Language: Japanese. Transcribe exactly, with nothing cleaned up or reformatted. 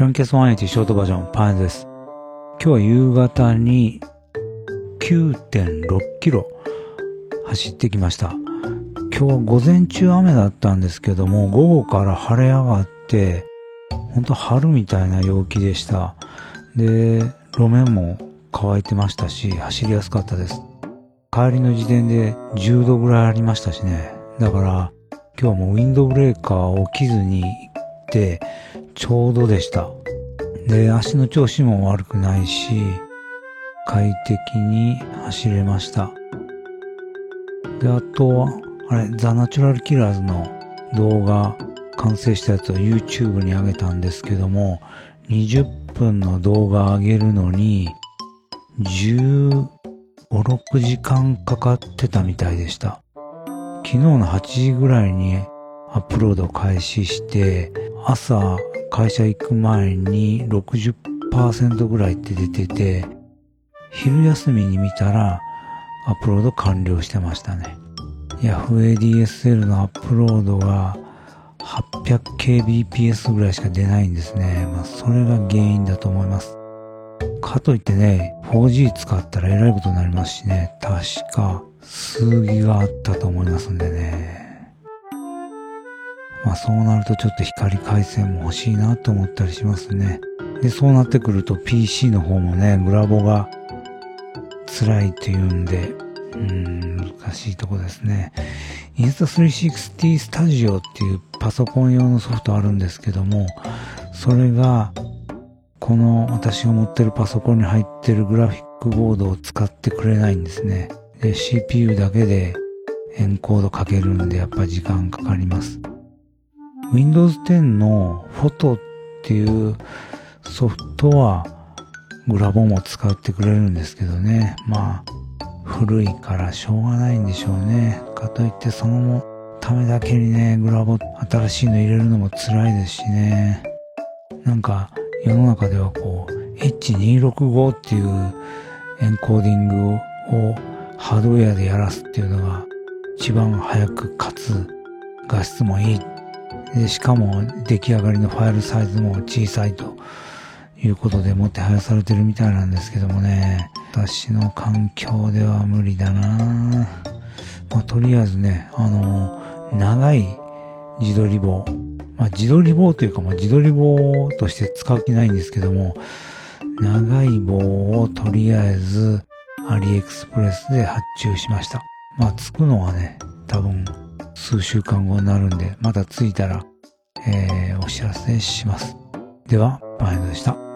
ランキャストひゃくはちじゅうショートバージョンパンです。今日は夕方に きゅうてんろっキロ走ってきました。今日は午前中雨だったんですけども、午後から晴れ上がって、ほんと春みたいな陽気でした。で、路面も乾いてましたし、走りやすかったです。帰りの時点でじゅうどぐらいありましたしね。だから今日はもうウィンドブレーカーを着ずに行ってちょうどでした。で、足の調子も悪くないし、快適に走れました。で、あとは、あれ、ザ・ナチュラル・キラーズの動画、完成したやつを YouTube に上げたんですけども、にじゅっぷんの動画上げるのに、じゅうご、ろくじかんかかってたみたいでした。昨日のはちじぐらいにアップロードを開始して、朝会社行く前に ろくじゅっパーセント ぐらいって出てて、昼休みに見たらアップロード完了してましたね。ヤフー エーディーエスエル のアップロードが はっぴゃくケービーピーエス ぐらいしか出ないんですね。まあそれが原因だと思います。かといってね、フォージー 使ったらえらいことになりますしね、確か数ギガあったと思いますんでね。まあそうなるとちょっと光回線も欲しいなと思ったりしますね。で、そうなってくると ピーシー の方もね、グラボが辛いというんで、うーん、難しいとこですね。インスタスリーシックスティー Studio っていうパソコン用のソフトあるんですけども、それがこの私が持ってるパソコンに入ってるグラフィックボードを使ってくれないんですね。で、シーピーユー だけでエンコードかけるんでやっぱ時間かかります。ウィンドウズテン のフォトっていうソフトはグラボも使ってくれるんですけどね。まあ、古いからしょうがないんでしょうね。かといってそのためだけにね、グラボ新しいの入れるのも辛いですしね。なんか世の中ではこう エイチにひゃくろくじゅうご っていうエンコーディングをハードウェアでやらすっていうのが一番早くかつ画質もいい。で、しかも出来上がりのファイルサイズも小さいということでもてはやされてるみたいなんですけどもね、私の環境では無理だなぁ。まあ、とりあえずね、あのー、長い自撮り棒、まあ、自撮り棒というか、まあ、自撮り棒として使う気ないんですけども、長い棒をとりあえずアリエクスプレスで発注しました。まあ、着くのはね、多分数週間後になるんで、また着いたら、えー、お知らせします。では、バイドでした。